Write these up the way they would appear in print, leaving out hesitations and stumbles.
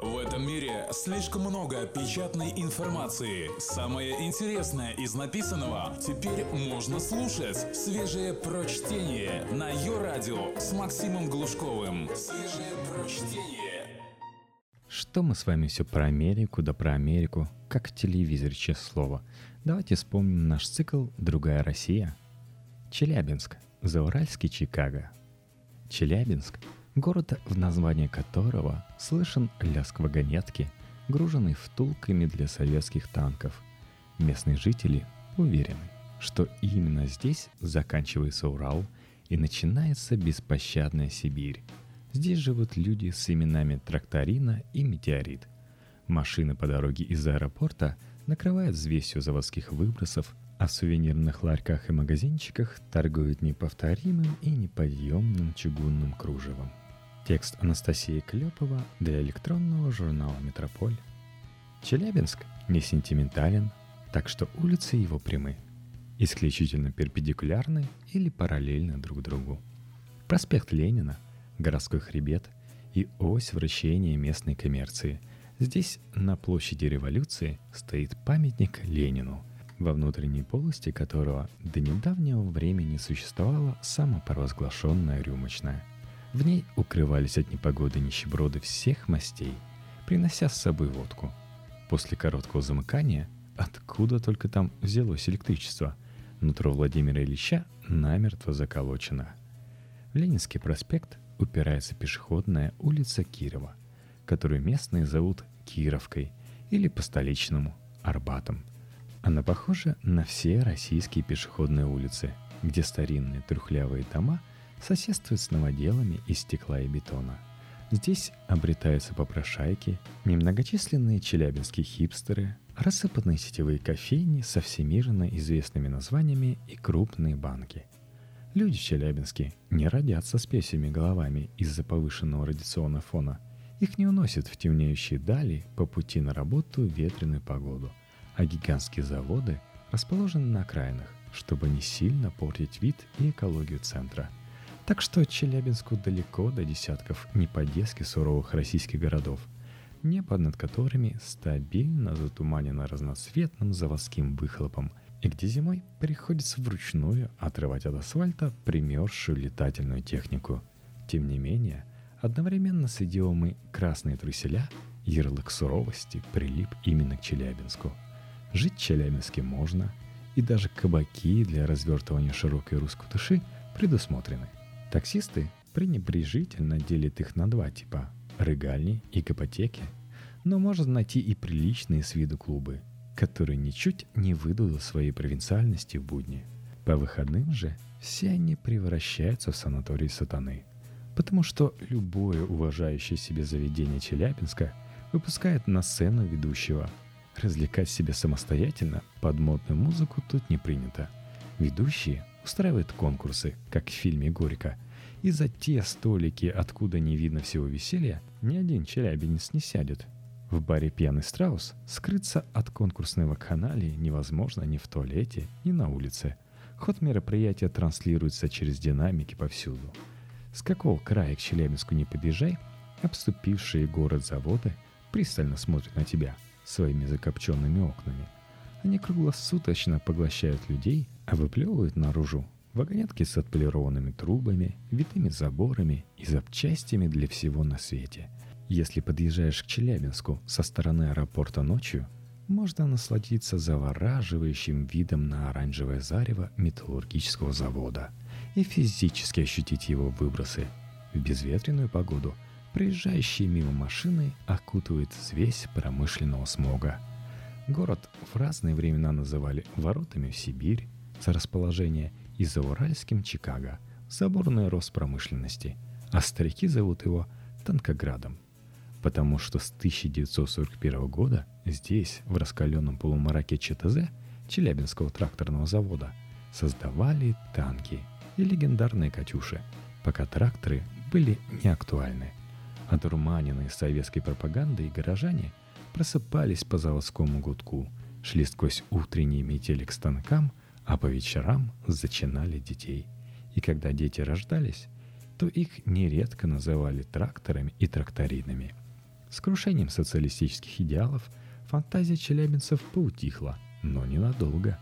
В этом мире слишком много печатной информации. Самое интересное из написанного теперь можно слушать. Свежее прочтение на Йо-Радио с Максимом Глушковым. Свежее прочтение. Что мы с вами все про Америку, да про Америку, как в телевизоре, честное слово. Давайте вспомним наш цикл «Другая Россия». Челябинск, зауральский Чикаго. Челябинск – город, в названии которого слышен лязг вагонетки, груженный втулками для советских танков. Местные жители уверены, что именно здесь заканчивается Урал и начинается беспощадная Сибирь. Здесь живут люди с именами Тракторина и Метеорит. Машины по дороге из аэропорта накрывают взвесью заводских выбросов, а в сувенирных ларьках и магазинчиках торгуют неповторимым и неподъемным чугунным кружевом. Текст Анастасии Клепова для электронного журнала «Метрополь». Челябинск не сентиментален, так что улицы его прямы, исключительно перпендикулярны или параллельны друг другу. Проспект Ленина, городской хребет и ось вращения местной коммерции. Здесь, на площади Революции, стоит памятник Ленину, во внутренней полости которого до недавнего времени существовала самопровозглашенная рюмочная. В ней укрывались от непогоды нищеброды всех мастей, принося с собой водку. После короткого замыкания, откуда только там взялось электричество, нутро Владимира Ильича намертво заколочено. В Ленинский проспект упирается пешеходная улица Кирова, которую местные зовут Кировкой или по-столичному Арбатом. Она похожа на все российские пешеходные улицы, где старинные трухлявые дома соседствуют с новоделами из стекла и бетона. Здесь обретаются попрошайки, немногочисленные челябинские хипстеры, рассыпанные сетевые кофейни со всемирно известными названиями и крупные банки. Люди в Челябинске не родятся с пёсьими головами из-за повышенного радиационного фона. Их не уносят в темнеющие дали по пути на работу в ветреную погоду, а гигантские заводы расположены на окраинах, чтобы не сильно портить вид и экологию центра. Так что Челябинску далеко до десятков не по-детски суровых российских городов, небо над которыми стабильно затуманено разноцветным заводским выхлопом, и где зимой приходится вручную отрывать от асфальта примерзшую летательную технику. Тем не менее, одновременно с идиомой «красные труселя» ярлык суровости прилип именно к Челябинску. Жить в Челябинске можно, и даже кабаки для развертывания широкой русской души предусмотрены. Таксисты пренебрежительно делят их на два типа – рыгальни и капотеки, но можно найти и приличные с виду клубы, которые ничуть не выдадут своей провинциальности в будни. По выходным же все они превращаются в санаторий сатаны, потому что любое уважающее себя заведение Челябинска выпускает на сцену ведущего. Развлекать себя самостоятельно под модную музыку тут не принято. Ведущие устраивают конкурсы, как в фильме «Горько», и за те столики, откуда не видно всего веселья, ни один челябинец не сядет. В баре «Пьяный страус» скрыться от конкурсной вакханалии невозможно ни в туалете, ни на улице. Ход мероприятия транслируется через динамики повсюду. С какого края к Челябинску не подъезжай, обступившие город заводы пристально смотрят на тебя своими закопченными окнами. Они круглосуточно поглощают людей, а выплевывают наружу вагонетки с отполированными трубами, витыми заборами и запчастями для всего на свете. Если подъезжаешь к Челябинску со стороны аэропорта ночью, можно насладиться завораживающим видом на оранжевое зарево металлургического завода и физически ощутить его выбросы. В безветренную погоду проезжающие мимо машины окутывают взвесь промышленного смога. Город в разные времена называли «воротами в Сибирь» за расположение и зауральским Чикаго за бурный рост промышленности, а старики зовут его Танкоградом, потому что с 1941 года здесь, в раскаленном полумраке ЧТЗ, Челябинского тракторного завода, создавали танки и легендарные «Катюши», пока тракторы были неактуальны. Одурманенные советской пропагандой горожане просыпались по заводскому гудку, шли сквозь утренние метели к станкам, а по вечерам зачинали детей. И когда дети рождались, то их нередко называли тракторами и тракторинами. С крушением социалистических идеалов фантазия челябинцев поутихла, но ненадолго.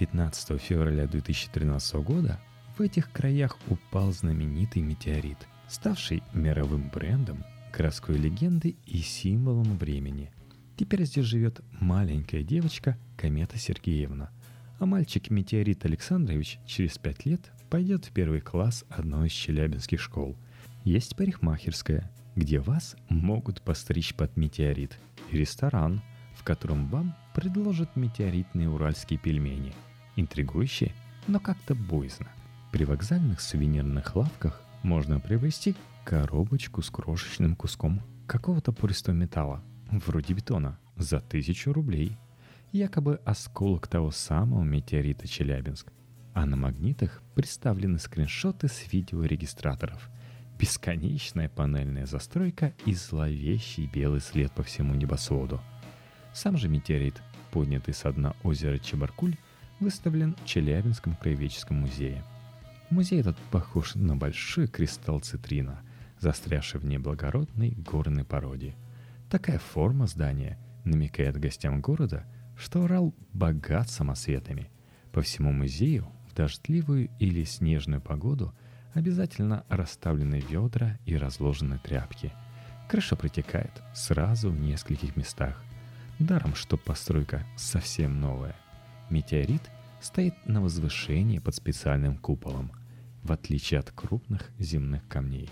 15 февраля 2013 года в этих краях упал знаменитый метеорит, ставший мировым брендом, городской легендой и символом времени. Теперь здесь живет маленькая девочка Комета Сергеевна, а мальчик-метеорит Александрович через 5 лет пойдет в 1 класс одной из челябинских школ. Есть парикмахерская, где вас могут постричь под метеорит, и ресторан, в котором вам предложат метеоритные уральские пельмени. Интригующе, но как-то боязно. При вокзальных сувенирных лавках можно приобрести коробочку с крошечным куском какого-то пористого металла, вроде бетона, за 1000 рублей. Якобы осколок того самого метеорита Челябинск. А на магнитах представлены скриншоты с видеорегистраторов. Бесконечная панельная застройка и зловещий белый след по всему небосводу. Сам же метеорит, поднятый со дна озера Чебаркуль, выставлен в Челябинском краеведческом музее. Музей этот похож на большой кристалл цитрина, застрявший в неблагородной горной породе. Такая форма здания намекает гостям города, что Урал богат самоцветами. По всему музею в дождливую или снежную погоду обязательно расставлены ведра и разложены тряпки. Крыша протекает сразу в нескольких местах. Даром, что постройка совсем новая. Метеорит стоит на возвышении под специальным куполом, в отличие от крупных земных камней.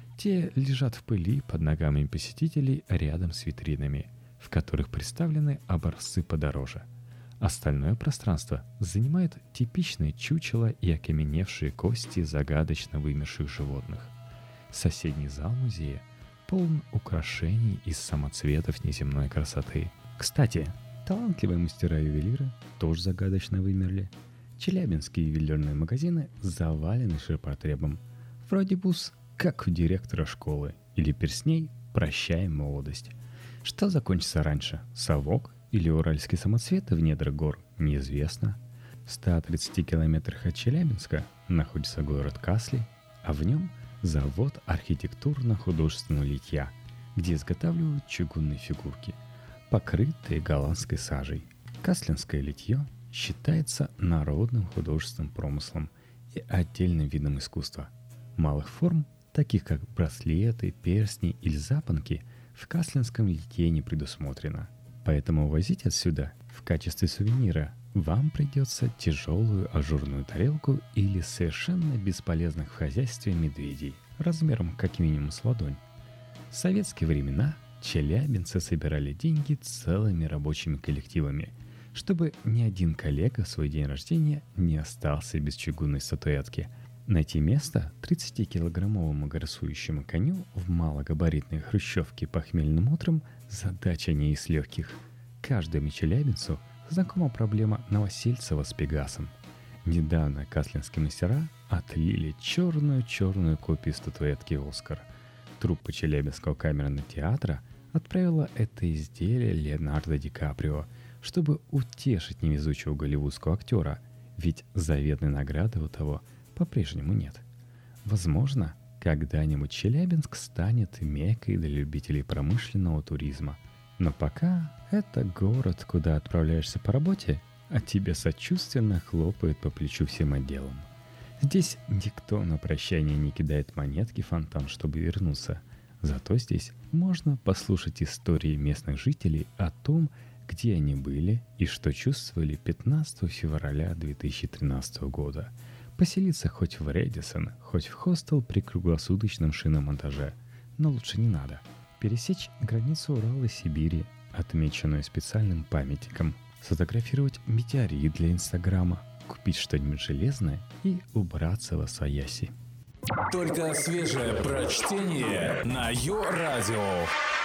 Те лежат в пыли под ногами посетителей рядом с витринами, в которых представлены образцы подороже. Остальное пространство занимает типичные чучела и окаменевшие кости загадочно вымерших животных. Соседний зал музея полон украшений из самоцветов неземной красоты. Кстати, талантливые мастера-ювелиры тоже загадочно вымерли. Челябинские ювелирные магазины завалены ширпотребом. Вроде бус, как у директора школы, или перстней «Прощай, молодость». Что закончится раньше, совок или уральские самоцветы в недрах гор, неизвестно. В 130 километрах от Челябинска находится город Касли, а в нем завод архитектурно-художественного литья, где изготавливают чугунные фигурки, покрытые голландской сажей. Каслинское литье считается народным художественным промыслом и отдельным видом искусства. Малых форм, таких как браслеты, перстни или запонки, в каслинском литье не предусмотрено. Поэтому возить отсюда в качестве сувенира вам придется тяжелую ажурную тарелку или совершенно бесполезных в хозяйстве медведей, размером как минимум с ладонь. В советские времена челябинцы собирали деньги целыми рабочими коллективами, чтобы ни один коллега в свой день рождения не остался без чугунной статуэтки. Найти место 30-килограммовому горсующему коню в малогабаритной хрущевке похмельным утром – задача не из легких. Каждому челябинцу знакома проблема Новосельцева с Пегасом. Недавно каслинские мастера отлили черную копию статуэтки «Оскар». Труппа Челябинского камерного театра отправила это изделие Леонардо Ди Каприо, чтобы утешить невезучего голливудского актера, ведь заветной награды у того по-прежнему нет. Возможно, когда-нибудь Челябинск станет меккой для любителей промышленного туризма. Но пока это город, куда отправляешься по работе, а тебе сочувственно хлопают по плечу всем отделом. Здесь никто на прощание не кидает монетки в фонтан, чтобы вернуться. Зато здесь можно послушать истории местных жителей о том, где они были и что чувствовали 15 февраля 2013 года. Поселиться хоть в Рэдисон, хоть в хостел при круглосуточном шиномонтаже. Но лучше не надо. Пересечь границу Урала и Сибири, отмеченную специальным памятником. Сфотографировать метеорит для Инстаграма. Купить что-нибудь железное и убраться восвояси. Только свежее прочтение на Йо-Радио.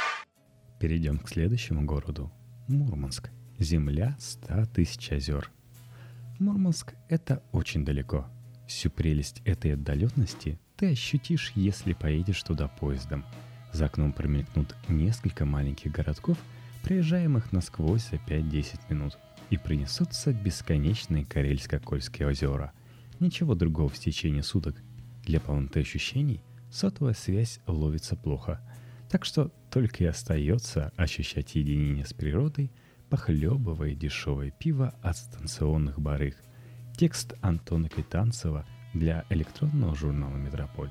Перейдем к следующему городу. Мурманск. Земля 100 тысяч озер. Мурманск – это очень далеко. Всю прелесть этой отдаленности ты ощутишь, если поедешь туда поездом. За окном промелькнут несколько маленьких городков, проезжаемых насквозь за 5-10 минут, и принесутся бесконечные Карельско-Кольские озера. Ничего другого в течение суток. Для полноты ощущений сотовая связь ловится плохо. Так что только и остается ощущать единение с природой, похлебывая дешевое пиво от станционных барыг. Текст Антона Квитанцева для электронного журнала «Метрополь».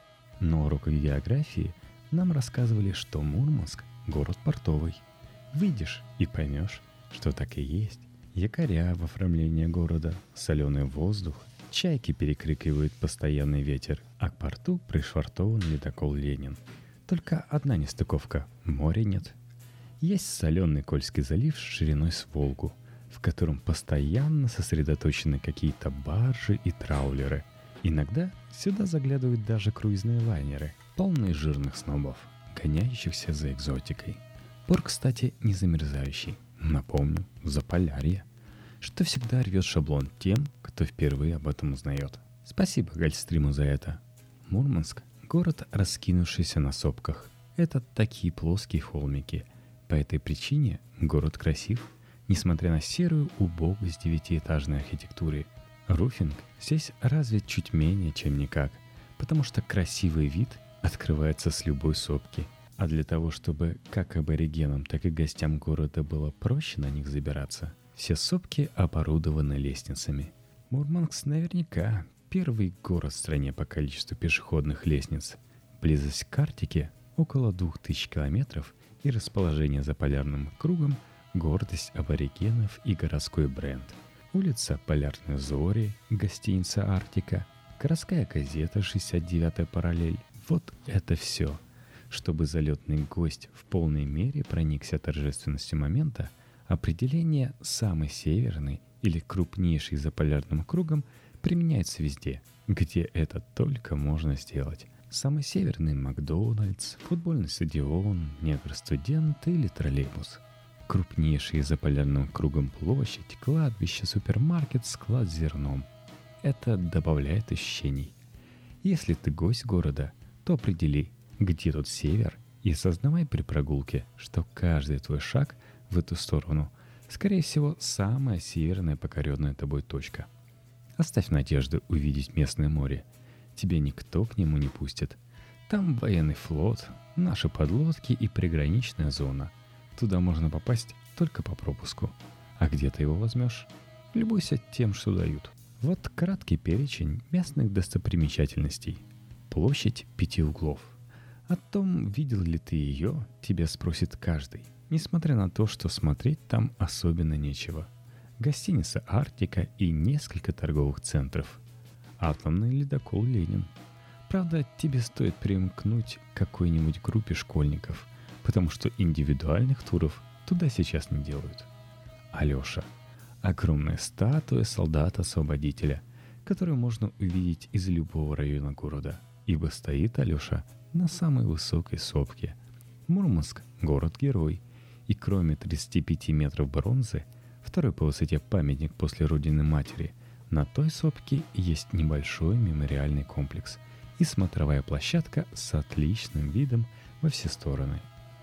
На уроках географии нам рассказывали, что Мурманск – город портовый. Выйдешь и поймешь, что так и есть. Якоря в оформлении города, соленый воздух, чайки перекрикивают постоянный ветер, а к порту пришвартован ледокол «Ленин». Только одна нестыковка – моря нет. Есть соленый Кольский залив с шириной с Волгу, в котором постоянно сосредоточены какие-то баржи и траулеры. Иногда сюда заглядывают даже круизные лайнеры, полные жирных снобов, гоняющихся за экзотикой. Порт, кстати, не замерзающий. Напомню, Заполярье, что всегда рвет шаблон тем, кто впервые об этом узнает. Спасибо Гольфстриму за это. Мурманск – город, раскинувшийся на сопках. Это такие плоские холмики. По этой причине город красив, несмотря на серую убогость девятиэтажной архитектуры. Руфинг здесь развит чуть менее, чем никак, потому что красивый вид открывается с любой сопки. А для того, чтобы как аборигенам, так и гостям города было проще на них забираться, все сопки оборудованы лестницами. Мурманск наверняка первый город в стране по количеству пешеходных лестниц. Близость к Арктике около 2000 километров и расположение за полярным кругом – гордость аборигенов и городской бренд. Улица Полярной Зори, гостиница «Арктика», городская газета «69-я параллель» – вот это все. Чтобы залетный гость в полной мере проникся торжественностью момента, определение «самый северный» или «крупнейший за полярным кругом» применяется везде, где это только можно сделать. Самый северный Макдональдс, футбольный стадион, негр-студент или троллейбус. Крупнейший за полярным кругом площадь, кладбище, супермаркет, склад с зерном. Это добавляет ощущений. Если ты гость города, то определи, где тут север, и осознавай при прогулке, что каждый твой шаг в эту сторону, скорее всего, самая северная покоренная тобой точка. Оставь надежду увидеть местное море. Тебя никто к нему не пустит. Там военный флот, наши подлодки и приграничная зона. Туда можно попасть только по пропуску. А где ты его возьмешь? Любуйся тем, что дают. Вот краткий перечень местных достопримечательностей. Площадь 5 углов. О том, видел ли ты ее, тебя спросит каждый, несмотря на то, что смотреть там особенно нечего. Гостиница «Арктика» и несколько торговых центров. Атомный ледокол «Ленин». Правда, тебе стоит примкнуть к какой-нибудь группе школьников, потому что индивидуальных туров туда сейчас не делают. Алеша. Огромная статуя солдата-освободителя, которую можно увидеть из любого района города, ибо стоит Алеша на самой высокой сопке. Мурманск – город-герой, и кроме 35 метров бронзы, второй по высоте памятник после Родины Матери, на той сопке есть небольшой мемориальный комплекс и смотровая площадка с отличным видом во все стороны.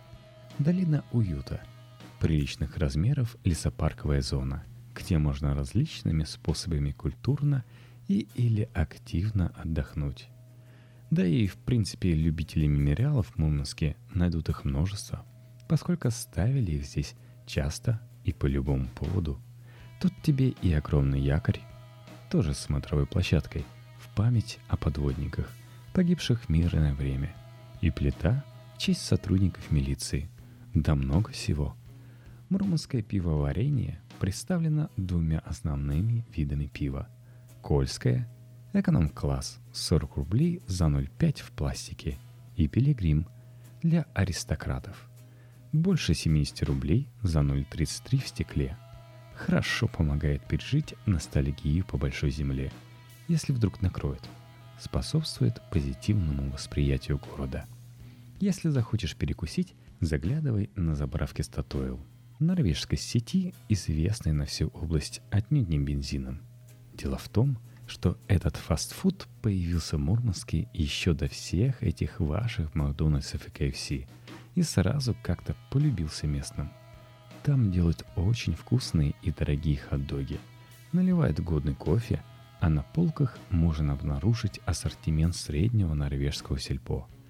Долина уюта. Приличных размеров лесопарковая зона, где можно различными способами культурно и или активно отдохнуть. Да и, в принципе, любители мемориалов в Мурманске найдут их множество, поскольку ставили их здесь часто и по любому поводу. Тут тебе и огромный якорь, тоже с смотровой площадкой, в память о подводниках, погибших в мирное время, и плита в честь сотрудников милиции. Да много всего. Мурманское пивоварение представлено 2 основными видами пива. Кольское – эконом-класс 40 рублей за 0,5 в пластике, и пилигрим для аристократов больше 70 рублей за 0,33 в стекле. Хорошо помогает пережить ностальгию по большой земле, если вдруг накроет. Способствует позитивному восприятию города. Если захочешь перекусить, заглядывай на заправки Statoil, норвежской сети, известной на всю область отнюдь не бензином. Дело в том, что этот фастфуд появился в Мурманске еще до всех этих ваших Макдональдсов и KFC и сразу как-то полюбился местным. Там делают очень вкусные и дорогие хот-доги, наливают годный кофе, а на полках можно обнаружить ассортимент среднего норвежского сельпо.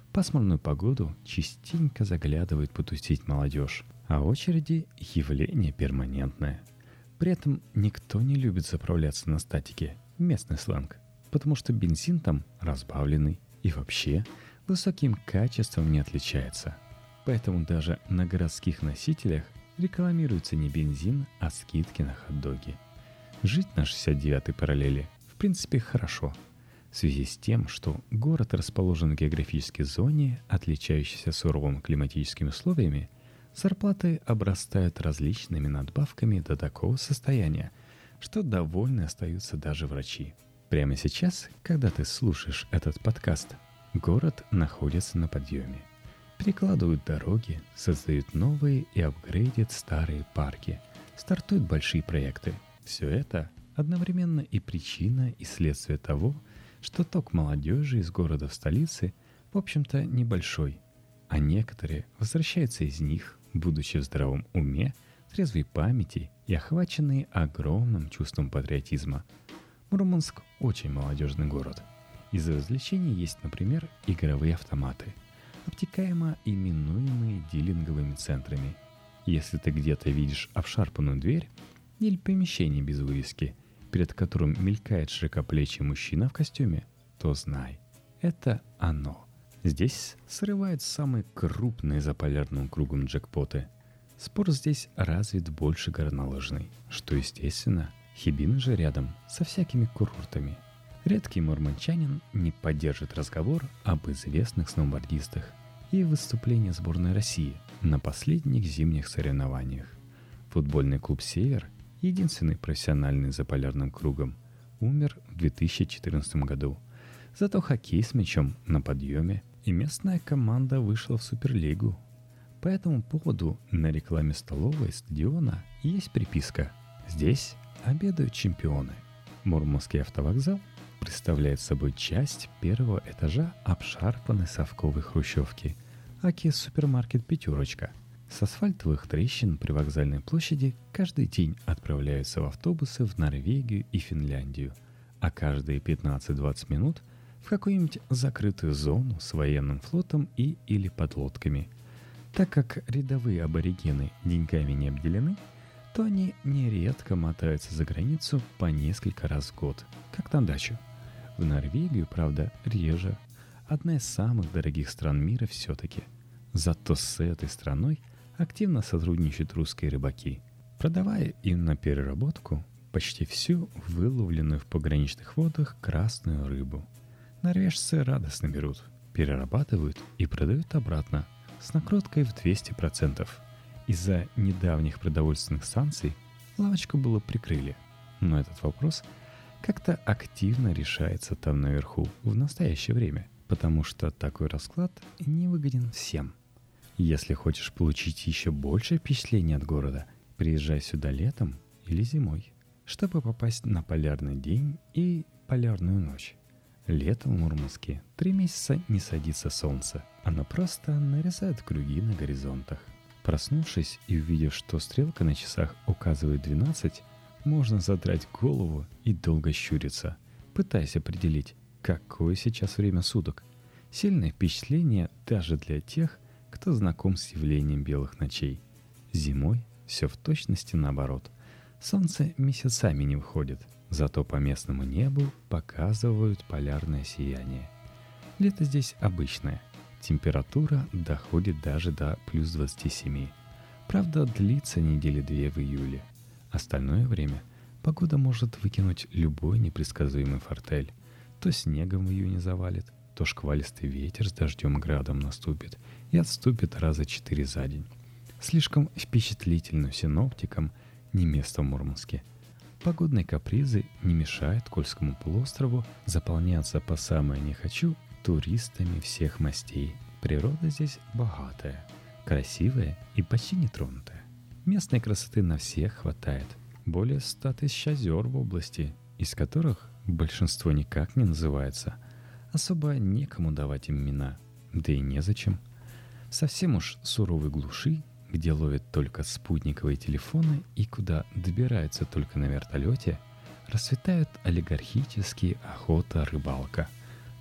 пасмурную погоду частенько заглядывает потусить молодежь, а очереди – явление перманентное. При этом никто не любит заправляться на статике, местный сленг, потому что бензин там разбавленный и вообще высоким качеством не отличается. Поэтому даже на городских носителях рекламируется не бензин, а скидки на хот-доги. Жить на 69-й параллели в принципе хорошо, в связи с тем, что город расположен в географической зоне, отличающейся суровыми климатическими условиями, зарплаты обрастают различными надбавками до такого состояния, что довольны остаются даже врачи. Прямо сейчас, когда ты слушаешь этот подкаст, город находится на подъеме. Перекладывают дороги, создают новые и апгрейдят старые парки, стартуют большие проекты. Все это одновременно и причина, и следствие того, что ток молодежи из города в столице, в общем-то, небольшой, а некоторые возвращаются из них, будучи в здравом уме, трезвой памяти и охваченные огромным чувством патриотизма. Мурманск – очень молодежный город. Из развлечений есть, например, игровые автоматы, обтекаемо именуемые дилинговыми центрами. Если ты где-то видишь обшарпанную дверь или помещение без вывески, перед которым мелькает широкоплечий мужчина в костюме, то знай – это оно. Здесь срывают самые крупные за полярным кругом джекпоты. Спорт здесь развит больше горнолыжный, что естественно, Хибины же рядом со всякими курортами. Редкий мурманчанин не поддержит разговор об известных сноубордистах и выступлении сборной России на последних зимних соревнованиях. Футбольный клуб «Север», единственный профессиональный за полярным кругом, умер в 2014 году. Зато хоккей с мячом на подъеме, и местная команда вышла в Суперлигу. По этому поводу на рекламе столовой и стадиона есть приписка «Здесь обедают чемпионы». Мурманский автовокзал представляет собой часть первого этажа обшарпанной совковой хрущевки, аки супермаркет «Пятерочка». С асфальтовых трещин при вокзальной площади каждый день отправляются в автобусы в Норвегию и Финляндию, а каждые 15-20 минут в какую-нибудь закрытую зону с военным флотом и или подлодками. Так как рядовые аборигены деньгами не обделены, то они нередко мотаются за границу по несколько раз в год, как на дачу. В Норвегию, правда, реже. Одна из самых дорогих стран мира все-таки. Зато с этой страной активно сотрудничают русские рыбаки, продавая им на переработку почти всю выловленную в пограничных водах красную рыбу. Норвежцы радостно берут, перерабатывают и продают обратно с накруткой в 200%. Из-за недавних продовольственных санкций лавочку было прикрыли, но этот вопрос как-то активно решается там наверху в настоящее время, потому что такой расклад не выгоден всем. Если хочешь получить еще больше впечатлений от города, приезжай сюда летом или зимой, чтобы попасть на полярный день и полярную ночь. Летом в Мурманске 3 месяца не садится солнце, оно просто нарезает круги на горизонтах. Проснувшись и увидев, что стрелка на часах указывает 12, можно задрать голову и долго щуриться, пытаясь определить, какое сейчас время суток. Сильное впечатление даже для тех, кто знаком с явлением белых ночей. Зимой все в точности наоборот. Солнце месяцами не выходит, зато по местному небу показывают полярное сияние. Лето здесь обычное. Температура доходит даже до плюс 27. Правда, длится недели 2 в июле. Остальное время погода может выкинуть любой непредсказуемый фортель. То снегом в июне завалит, то шквалистый ветер с дождем и градом наступит и отступит раза 4 за день. Слишком впечатлительным синоптикам не место в Мурманске. Погодные капризы не мешают Кольскому полуострову заполняться по самое не хочу туристами всех мастей. Природа здесь богатая, красивая и почти нетронутая. Местной красоты на всех хватает. Более 100 тысяч озер в области, из которых большинство никак не называется. Особо некому давать им имена, да и незачем. Совсем уж суровой глуши, где ловят только спутниковые телефоны и куда добираются только на вертолете, расцветают олигархические охота, рыбалка.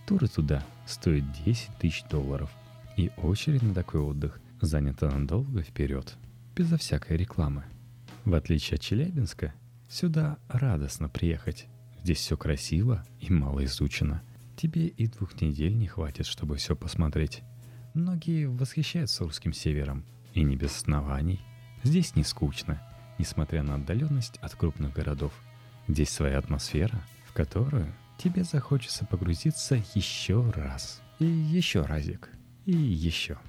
Туры туда стоят $10 000. И очередь на такой отдых занята надолго вперед, безо всякой рекламы. В отличие от Челябинска, сюда радостно приехать. Здесь все красиво и мало изучено. Тебе и 2 недель не хватит, чтобы все посмотреть. Многие восхищаются русским севером, и не без оснований. Здесь не скучно, несмотря на отдаленность от крупных городов. Здесь своя атмосфера, в которую тебе захочется погрузиться еще раз. И еще разик. И еще.